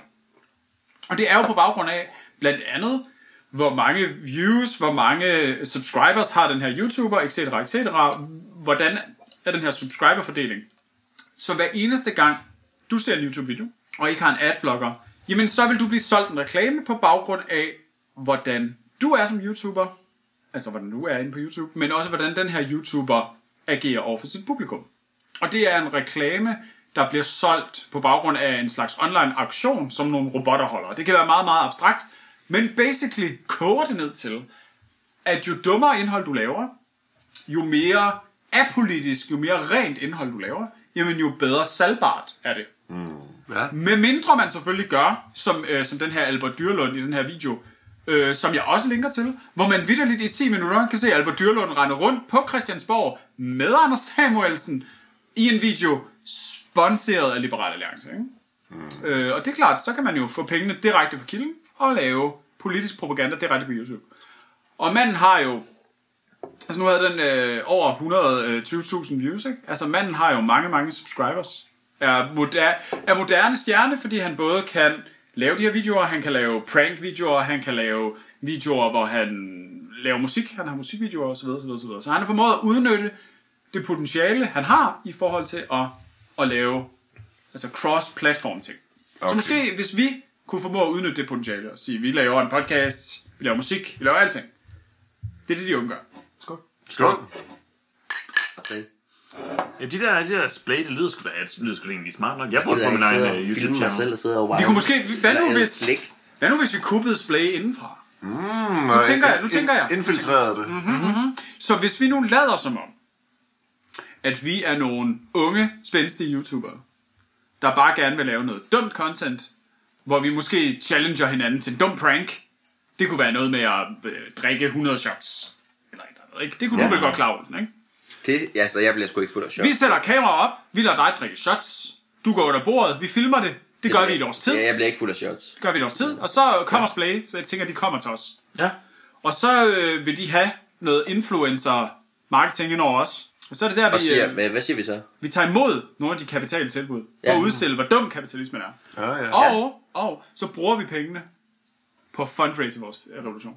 Og det er jo på baggrund af, blandt andet, hvor mange views, hvor mange subscribers har den her YouTuber, et cetera, et cetera. Hvordan er den her subscriberfordeling? Så hver eneste gang, du ser en YouTube-video, og ikke har en adblocker, jamen så vil du blive solgt en reklame på baggrund af, hvordan du er som YouTuber, altså hvordan du er inde på YouTube, men også hvordan den her YouTuber agerer over for sit publikum. Og det er en reklame, der bliver solgt på baggrund af en slags online auktion, som nogle robotter holder. Det kan være meget, meget abstrakt, men basically koger det ned til, at jo dummere indhold du laver, jo mere apolitisk, jo mere rent indhold du laver, jamen jo bedre salgbart er det. Mm. Ja. Med mindre man selvfølgelig gør, som, øh, som den her Albert Dyrlund i den her video, øh, som jeg også linker til, hvor man vitterligt i ti minutter kan se Albert Dyrlund rende rundt på Christiansborg med Anders Samuelsen i en video sponsoreret af Liberal Alliance. Ikke? Mm. Øh, og det er klart, så kan man jo få pengene direkte fra kilden og lave politisk propaganda direkte på YouTube. Og manden har jo, altså nu havde den øh, over et hundrede og tyve tusind views, ikke? Altså manden har jo mange, mange subscribers. Er, moder- er moderne stjerne, fordi han både kan lave de her videoer, han kan lave prank-videoer, han kan lave videoer, hvor han laver musik, han har musikvideoer osv. osv., osv. Så han har formået at udnytte det potentiale, han har i forhold til at, at lave altså cross-platform ting. Okay. Så måske, hvis vi kunne formå at udnytte det potentiale og sige, vi laver en podcast, vi laver musik, vi laver alting. Det er det, de unge gør. Skål. Skål. Okay. Ja, de der, de der display, det lyder sgu da, det lyder sgu da egentlig smart nok. Jeg Jeg burde gider få min ikke sidde egen og uh, filme mig selv YouTube-channel. og sidde og Vi kunne måske, hvad nu Eller hvis, slik. hvad nu hvis vi kuppede Splay indenfra? Mm, Nu tænker jeg, nu tænker jeg. Infiltreret det. Mm-hmm. Så hvis vi nu lader som om, at vi er nogle unge, spændstige YouTubere, der bare gerne vil lave noget dumt content, hvor vi måske challenger hinanden til en dum prank. Det kunne være noget med at øh, drikke hundrede shots. Eller ikke, ikke? Det kunne ja. Du vel godt klare, ikke? Det, ja, så jeg bliver sgu ikke fuld af chok. Vi sætter kamera op, vi lader dig drikke shots, du går under bordet, vi filmer det. Det gør vi i et års tid. Ja, jeg bliver ikke fuld af shots. Det gør vi i et års tid, og så kommer ja. Splay, så jeg tænker, de kommer til os. Ja. Og så øh, vil de have noget influencer marketing ind over os. Og så er det der, Og vi, siger, øh, hvad, hvad siger vi så? vi tager imod nogle af de kapitale tilbud, for Ja. at udstille, hvor dum kapitalismen er. Ja, ja. Og, og så bruger vi pengene på at fundraise vores revolution.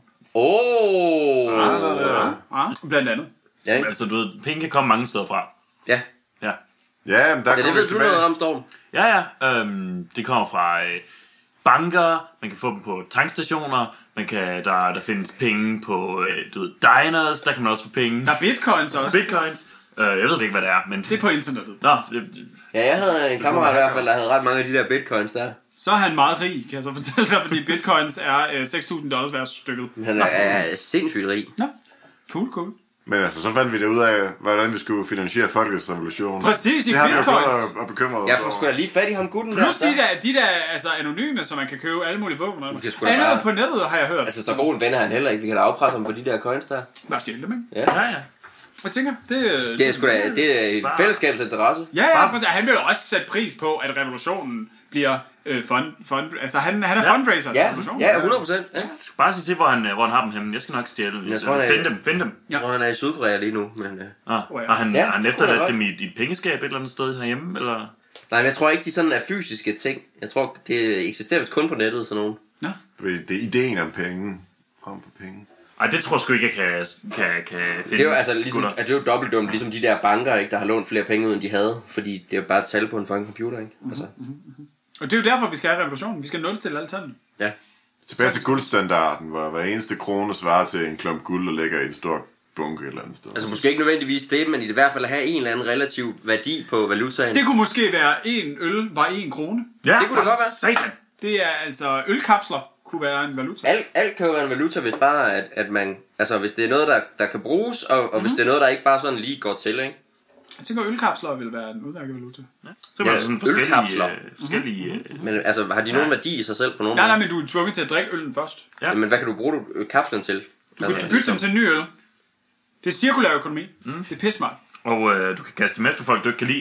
Åh! Ja, ja, ja. Ja, blandt andet. Ja, ikke? Altså, du ved, penge kan komme mange steder fra. Ja. Ja. Ja, men der Ja, det kommer ved vi du tilbage. noget om, Storm. Ja, ja. Øhm, det kommer fra øh, banker, man kan få dem på tankstationer, man kan, der, der findes penge på øh, du ved, diners, der kan man også få penge. Der er bitcoins også. Bitcoins. Øh, jeg ved ikke, hvad det er, men... Det er på internettet. Nå, det, Ja, jeg havde en kammerat i hvert fald, der havde ret mange af de der bitcoins der. Så er han meget rig, kan jeg så fortælle dig, fordi bitcoins er øh, seks tusind dollars værd stykket. Han er, er sindssygt rig. Nå, cool, cool. Men altså, så fandt vi det ud af, hvordan vi skulle finansiere folkets revolution. Præcis, i Det har vi jo bitcoins. gået og, og bekymret os Jeg får over. sgu da lige fat i ham gutten Plus der. de der, de der altså, anonyme, så man kan købe alle mulige våben. Det er sgu da Andet bare- på nettet, har jeg hørt. Altså, så god en ven er han heller ikke. Vi kan da afpresse ham for de der coins der. Bare stjæle dem, ikke? Ja. ja, ja. Jeg tænker, det... Det er sgu da, det er i fællesskabets interesse. Ja, ja, præcis. Han vil jo også sætte pris på, at revolutionen bliver øh, fund, fund... Altså, han, han er Ja. fundraiser til Ja, revolutionen. ja, hundrede procent. Ja. Bare sig til, hvor han, hvor han har dem henne. Jeg skal nok stjæle dem. Jeg tror, han er- Find dem, find dem. Jeg tror, han er i Sydkorea lige nu, men... Uh... Ah, Oh, ja. og han, Ja, har han det efterladt tror jeg dem i dit pengeskab et eller andet sted herhjemme, eller? Nej, men jeg tror ikke, de sådan er fysiske ting. Jeg tror, det eksisterer vist kun på nettet, sådan nogen. Nå. Fordi det er ideen om penge, frem for penge. Ej, det tror jeg sgu ikke, jeg kan, kan, kan finde. Det er jo altså ligesom, gutter. at det er jo dobbeltdumt, ligesom de der banker, ikke, der har lånt flere penge ud, end de havde. Fordi det er jo bare et tal på en fucking computer, ikke? Altså, Og det er jo derfor, vi skal have revolutionen. Vi skal nulstille alle tallene. ja. Tilbage til guldstandarden, hvor hver eneste krone svarer til en klump guld, der ligger i en stor bunke et eller andet sted. Altså måske ikke nødvendigvis det, men i hvert fald at have en eller anden relativ værdi på valutaen. Det kunne måske være en øl var en krone. Ja, det kunne det godt være. Satan. Det er altså ølkapsler kunne være en valuta. Alt, alt kan jo være en valuta, hvis bare, at, at man... Altså, hvis det er noget, der, der kan bruges, og, og mm-hmm. hvis det er noget, der ikke bare sådan lige går til, ikke? Jeg tænker, ølkapsler vil være en udmærket valuta. Ja. Så er Ja, der sådan forskellige... ølkapsler. Øh, forskellige øh, Men altså, har de nogen værdi i sig selv på nogen Nej, nej, måde? men du er tvunget til at drikke øllen først. Ja. Men hvad kan du bruge du- kapslen til? Du kan altså, bytte dem til en ny øl. Det er cirkulær økonomi. Mm. Det er pissmart. og øh, du kan kaste dem efter folk, du ikke kan lide.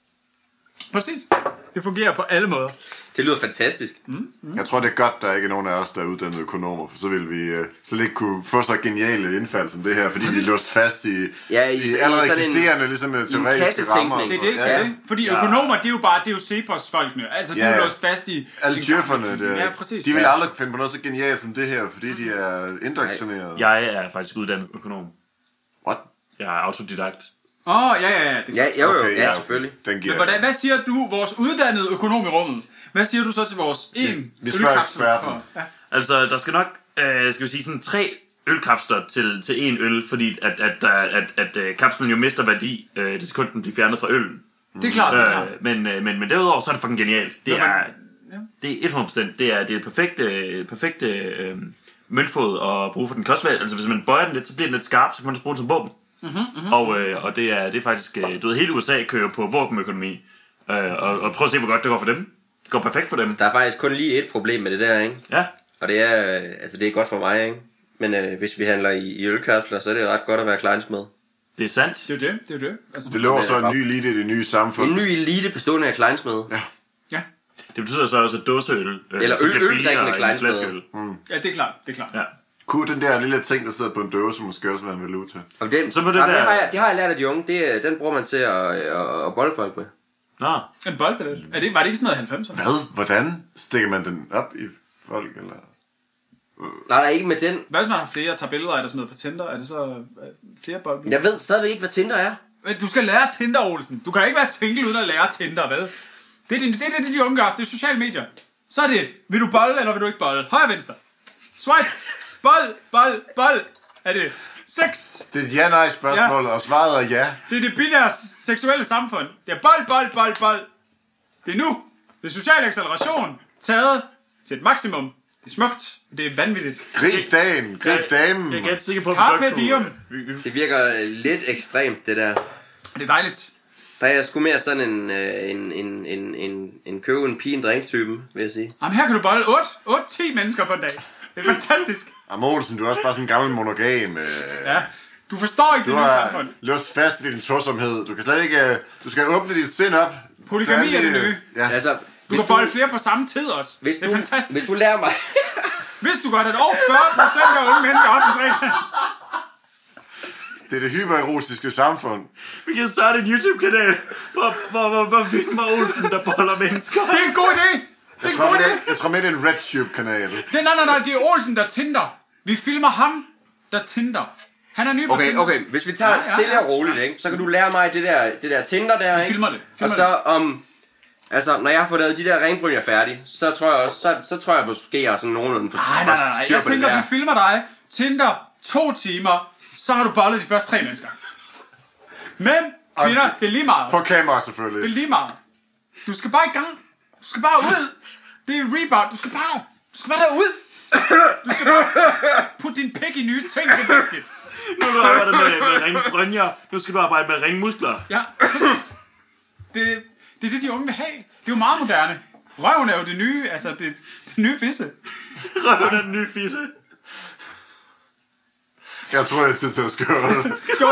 Præcis. Det fungerer på alle måder. Det lyder fantastisk. Mm. Mm. Jeg tror, det er godt, der ikke er nogen af os, der er uddannede økonomer, for så vil vi øh, så ikke kunne få så geniale indfald som det her, fordi vi er låst fast i, Ja, i- i i allerede sådan en- eksisterende ligesom, teoretiske kassetænkning. rammer. og Det er sådan det, noget. det, Ja, er det. Fordi ja. økonomer, det er jo bare, det er jo Cepos-folkene. Altså, de Ja, er jo ja. låst fast i... Alle den djøfferne, gamle ting. det, Ja, præcis. de vil ja. aldrig finde på noget så genialt som det her, fordi de er indoktrineret. Jeg er faktisk uddannet økonom. What? Jeg er autodidakt. Åh, oh, ja, ja, ja. Det Ja, jo, jo, Okay, ja, ja, selvfølgelig. Den giver Men hvordan, hvad siger du, vores uddannede økonom i rummet? Hvad siger du så til vores en vi spørger ølkapsel? eksperten. Ja. Altså, der skal nok, øh, skal vi sige, sådan tre ølkapsler til, til en øl, fordi at, at, at, at, at, at kapslen jo mister værdi, øh, det sekund, den bliver fjernet fra øllen. Det er klart, det er klart. Øh, men, øh, men, men derudover, så er det fucking genialt. Det Nå, men- er, ja. det er hundrede procent. Det er det er perfekte, perfekte øh, møntfod at bruge for den kostvalg. Altså, hvis man bøjer den lidt, så bliver den lidt skarp, så kan man også bruge den som våben. Mm-hmm, mm-hmm. Og, øh, og det er, det er faktisk, øh, du ved, hele U S A kører på våbenøkonomi. Øh, og, og prøv at se, hvor godt det går for dem. Det går perfekt for dem. Der er faktisk kun lige et problem med det der, ikke? Ja. Og det er, øh, altså det er godt for mig, ikke? Men øh, hvis vi handler i, i ølkapsler, så er det ret godt at være klejnsmed. Det er sandt. Det er jo det, det er jo det. Altså, Det lover så en ny elite i det nye samfund. En ny elite bestående af klejnsmed. Ja. ja. Det betyder så også, at dåseøl øh, Eller så øl- bliver øldrikkende billigere end klejnsmeder. flaskeøl. ja, det er klart, det er klart. Ja. Kunne den der lille ting, der sidder på en dåse, måske også være en valuta? Og den, Så må det det, der- det, har jeg, det har jeg lært af de unge. Det, er- den bruger man til at, at, at bolde folk med. Nå, En boldbillet. Er det, var det ikke sådan noget halvfemser? Hvad? Hvordan stikker man den op i folk? Eller? Nej, nej, ikke med den. Hvad hvis man har flere og tager billeder af, der smider på Tinder? Er det så øh, flere boldbilleder? Jeg ved stadigvæk ikke, hvad Tinder er. Men du skal lære Tinder, Olsen. Du kan ikke være single uden at lære Tinder, hvad? Det er det, det, er det de unge gør. Det er sociale medier. Så er det, vil du bolle, eller vil du ikke bolle? Højre, venstre. Swipe. Bold, bold, bold. Er det sex? Det er et ja-nej spørgsmål, ja. Og svaret er ja. Det er det binære seksuelle samfund. Det er bold, bold, bold, bold. Det er nu. Det er social acceleration. Taget til et maksimum. Det er smukt. Det er vanvittigt. Grib dagen, grib damen. jeg er ganske sikker på, at vi Carpe godt kunne- diem. vi- vi- Det virker lidt ekstremt, det der. Det er dejligt. Der er jeg sgu mere sådan en, øh, en, en, en, en, en købe en pige en drink-typen, vil jeg sige. Jamen her kan du bolle otte til ti mennesker på en dag. Det er fantastisk. Amolsen, du er også bare sådan en gammel monogam. Øh. Ja. Du forstår ikke Du det nye har samfund. låst fast i din tosomhed. Du kan slet ikke... øh, Du skal åbne dit sind op. Polygami er det Særlig, nye. Ja. Altså, Du hvis kan bolle flere på samme tid også. hvis det er du, fantastisk. hvis du lærer mig... Hvis du godt, at over fyrre procent af unge mennesker op en tre. Det er det hypererotiske samfund. Vi kan starte en YouTube-kanal, hvor, hvor, hvor, hvor filmer Olsen, der boller mennesker. Det er en god idé. Det er Jeg en tror, god det idé. er, jeg tror med, det er en RedTube-kanal. Det, nej, nej, nej, det er Olsen, der tinder. Vi filmer ham, der tinder. Han er ny på Okay, Tinder. okay, hvis vi tager Ja, ja, stille ja. og roligt, ikke? Så kan du lære mig det der, det der Tinder der, ikke? filmer det, filmer Og så om... Altså, når jeg har fået lavet de der ringbrynjer færdige, så tror jeg også, så, så tror jeg måske, jeg er sådan nogenlunde for Nej, nej, nej, nej. styr Jeg på det tænker, der. vi filmer dig. Tinder, to timer. Så har du bollet de første tre mennesker. Men, kvinder, det er lige meget. På kamera Det er selvfølgelig. lige meget. Du skal bare i gang. Du skal bare ud. Det er rebound. Du skal bare, du skal bare derud. Du skal bare putte din pik i nye ting. Det er vigtigt. Nu har du arbejdet med, med ringbrynjer, nu skal du arbejde med ringmuskler. Ja, præcis. Det, det er det, de unge vil have. Det er jo meget moderne. Røven er jo det nye, altså det, det nye fisse. Røven er den nye fisse. Jeg tror, det er tid til at skåle. Skål.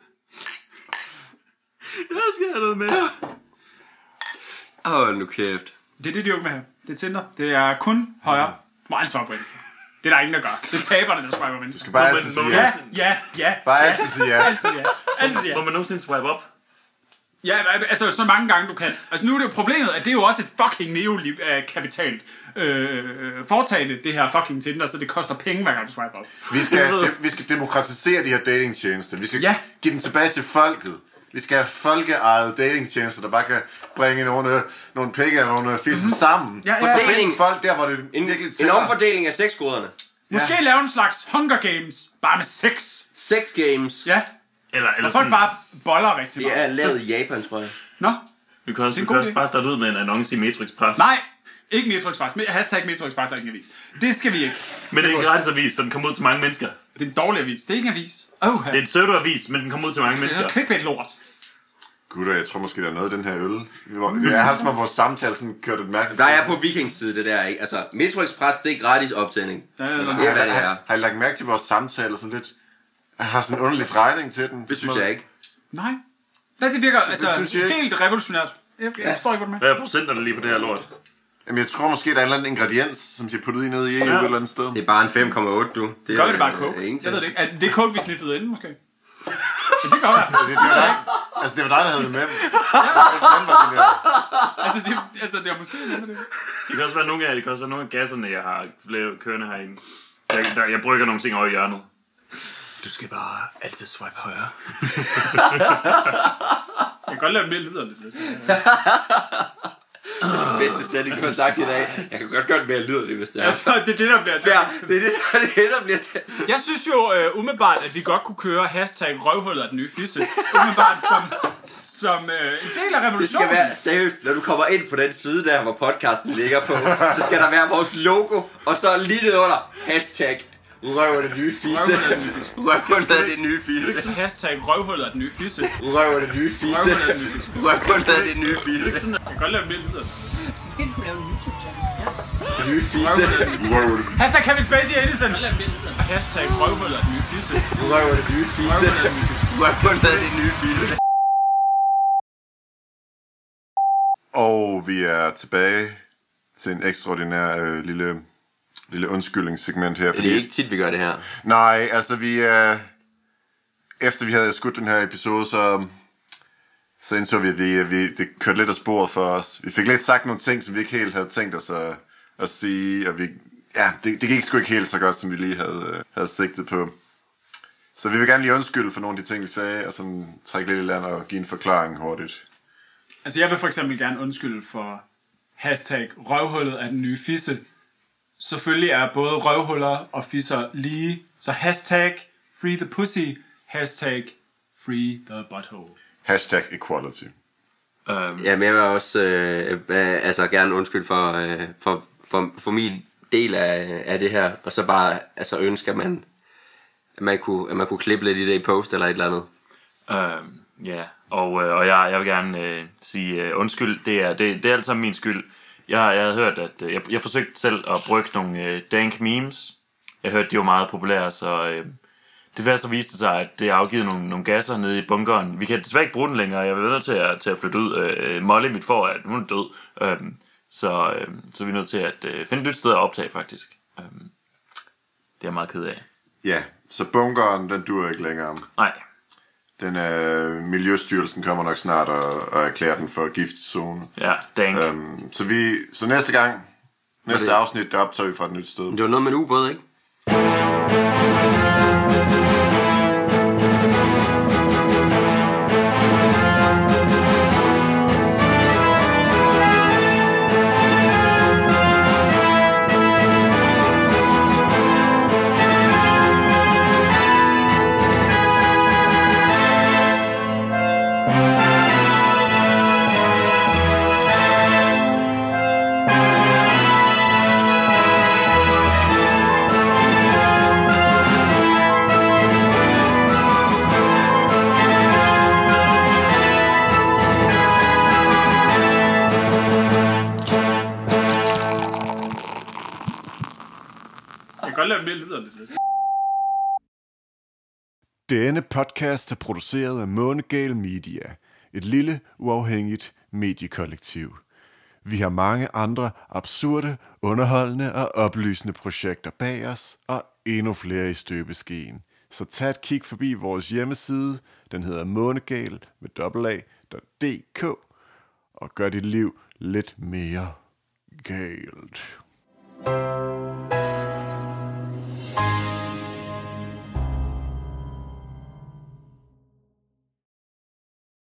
Jeg skal have noget mere. Åh, oh, nu kæft. Det er det, de unge vil have. Det er Tinder. Det er kun højre. Du må aldrig svare på venstre. Det er der ingen, der gør. Det er taberne, der swiper venstre. Du skal bare altid sige Ja, ja. ja, ja. Bare ja. altid sige ja. Altid ja. Altid ja. Må man nogensinde swipe op? Ja, altså så mange gange du kan. Altså nu er det jo problemet, at det er jo også et fucking neoliberalt øh, foretagende, det her fucking Tinder, så det koster penge, hver gang du swiper op. Vi skal, de, vi skal demokratisere de her datingtjenester. Vi skal Ja. give dem tilbage til folket. Vi skal have folkeejede datingtjenester, der bare kan bringe nogle, nogle penge og nogle fisse sammen. Ja, ja, For ja. forbinde folk der, hvor det En, virkelig en tæller. omfordeling af sexgoderne. Måske Ja. lave en slags Hunger Games, bare med sex. Sex games. Ja, Eller, eller og folk sådan, bare boller rigtig Det meget. er lavet i Japan, tror jeg. Nå, vi kan også, Det er vi en kan god også idé. bare starte ud med en annonce i Matrix Press. nej. Ikke Metro Express. Hashtag Metro Express er ikke en avis. Det skal vi ikke. Men det er en gratis avis, så den kommer ud til mange mennesker. Det er en dårlig avis. Det er ikke en avis. Oh, det er en pseudo-avis, men den kommer ud til mange det mennesker. Det er clickbait-lort. Gutter, jeg tror måske, der er noget i den her øl. Det er som om vores samtale sådan kørt et mærkeligt. Der er på Vikings side, det der, ikke? Altså, Metro Express, det er gratis optænding. Det er, det er, hvad det er. Har I lagt mærke til vores samtale sådan lidt? Jeg har sådan en underlig drejning til den. Det synes jeg ikke. Nej. Nej, det virker altså synes jeg ikke. helt revolutionært. Jeg, jeg forstår ikke, hvad du Hvad er procenterne lige på det her lort? Jamen, jeg tror måske, der er en eller anden ingrediens, som de har puttet i nede i E U ja. et eller andet sted. Det er bare en fem komma otte, du. Det gør vi det bare øh, coke? Ingenting. Jeg ved det ikke. Er det coke, vi sniffede inden, måske? Ja, det gør det. Det, det, var dig. Altså, det var dig, der havde det med. altså, det, altså, det var måske noget med det. Det kan også være nogle af, det kan også være nogle af gasserne, jeg har lavet kørende herinde. Jeg, der, jeg brygger nogle ting over i hjørnet. Du skal bare altid swipe højre. Jeg kan godt lave mere lyder lidt. Bedste sætning, du har sagt i dag. Jeg kan godt gøre det mere lyderligt, hvis det er. Altså, det er det, der bliver... Ja, det er det, der, det, er det, der bliver til. Jeg synes jo uh, umiddelbart, at vi godt kunne køre hashtag røvhullet af den nye fisse. Umiddelbart som, som uh, en del af revolutionen. Det skal være seriøst. Når du kommer ind på den side der, hvor podcasten ligger på, så skal der være vores logo, og så lige nedunder hashtag røv af den nye fisse. Røvhullet af den nye fisse. Hashtag røvhullet af den nye fisse. Røv af den nye fisse. Røvhullet af den nye fisse. Jeg kan godt lave mere lyder. Måske du skulle lave en YouTube-channel. Ja. Nye fisse. Hashtag Kevin Spacey Edison. Hashtag røvhullet af den nye fisse. Røv af den nye fisse. Røvhullet af den nye fisse. Og vi er tilbage til en ekstraordinær øh, lille, lille undskyldningssegment her. Fordi... Det er ikke tit, vi gør det her. Nej, altså vi... Øh, efter vi havde skudt den her episode, så... Så indså vi, at vi, vi, det kørte lidt af sporet for os. Vi fik lidt sagt nogle ting, som vi ikke helt havde tænkt os at, at sige. Og vi, ja, det, det gik sgu ikke helt så godt, som vi lige havde, havde sigtet på. Så vi vil gerne lige undskylde for nogle af de ting, vi sagde, og sådan trække lidt i land og give en forklaring hurtigt. Altså jeg vil for eksempel gerne undskylde for hashtag røvhullet af den nye fisse. Selvfølgelig er både røvhuller og fisser lige. Så hashtag free the pussy, hashtag free the butthole. Hashtag equality. Um, Ja, men jeg vil også øh, øh, altså gerne undskylde for, øh, for, for, for min del af, af det her, og så bare altså ønske, at man, at man, kunne, at man kunne klippe lidt i det i post eller et eller andet. um, ja, og, øh, og jeg, jeg vil gerne øh, sige øh, undskyld. Det er, det, det er alt sammen min skyld. Jeg, jeg havde hørt, at øh, jeg, jeg forsøgte selv at brygge nogle øh, dank memes. Jeg hørte, de var meget populære, så... Øh, Det værste viste sig, at det har afgivet nogle, nogle gasser nede i bunkeren. Vi kan desværre ikke bruge den længere. Jeg vil nødt til at, til at flytte ud. Øh, Molly, mit for, at hun er død. Øh, så, øh, så vi er nødt til at øh, finde et nyt sted at optage, faktisk. Øh, det er jeg meget ked af. Ja, så bunkeren, den duer ikke længere. Nej. Den øh, Miljøstyrelsen kommer nok snart og, og erklærer den for giftzone. Ja, dank. Øhm, så, vi, så næste gang, næste det... afsnit, der optager vi fra et nyt sted. Det var noget med en ubåd, ikke? Denne podcast er produceret af Månegal Media, et lille, uafhængigt mediekollektiv. Vi har mange andre absurde, underholdende og oplysende projekter bag os, og endnu flere i støbeskeen. Så tag et kig forbi vores hjemmeside, den hedder månegal med dobbelt a punktum d k, og gør dit liv lidt mere galt.